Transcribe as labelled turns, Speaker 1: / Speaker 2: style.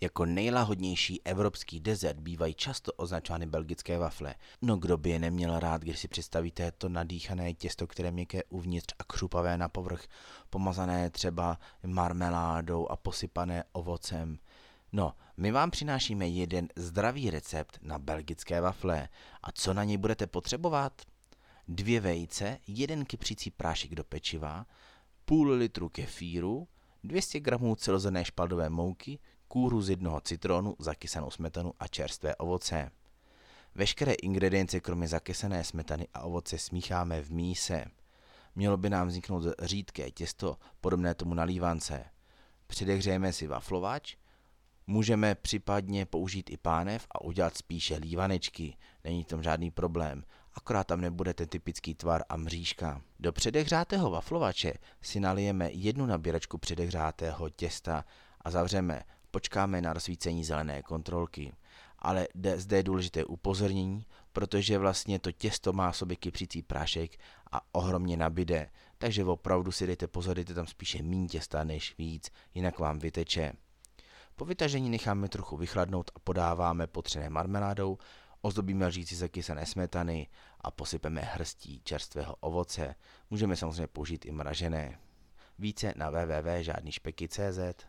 Speaker 1: Jako nejlahodnější evropský dezert bývají často označovány belgické wafle. No kdo by je neměl rád, když si představíte to nadýchané těsto, které je měkké uvnitř a křupavé na povrch, pomazané třeba marmeládou a posypané ovocem. No, my vám přinášíme jeden zdravý recept na belgické wafle. A co na něj budete potřebovat? 2 vejce, 1 kypřící prášek do pečiva, půl litru kefíru, 200 gramů celozrnné špaldové mouky, kůru z 1 citronu, zakysanou smetanu a čerstvé ovoce. Veškeré ingredience kromě zakysané smetany a ovoce smícháme v míse. Mělo by nám vzniknout řídké těsto, podobné tomu na lívance. Předehřejeme si waflovač, můžeme případně použít i pánev a udělat spíše lívanečky, není tam žádný problém, akorát tam nebude ten typický tvar a mřížka. Do předehřátého waflovače si nalijeme 1 nabíračku předehřátého těsta a zavřeme, počkáme na rozsvícení zelené kontrolky. Ale zde je důležité upozornění, protože vlastně to těsto má v sobě kypřící prášek a ohromně nabide, takže opravdu si dejte pozor, dejte tam spíše méně těsta než víc, jinak vám vyteče. Po vytažení necháme trochu vychladnout a podáváme potřené marmeládou, ozdobíme lžíci zakysané smetany a posypeme hrstí čerstvého ovoce. Můžeme samozřejmě použít i mražené. Více na www.žádnyšpeky.cz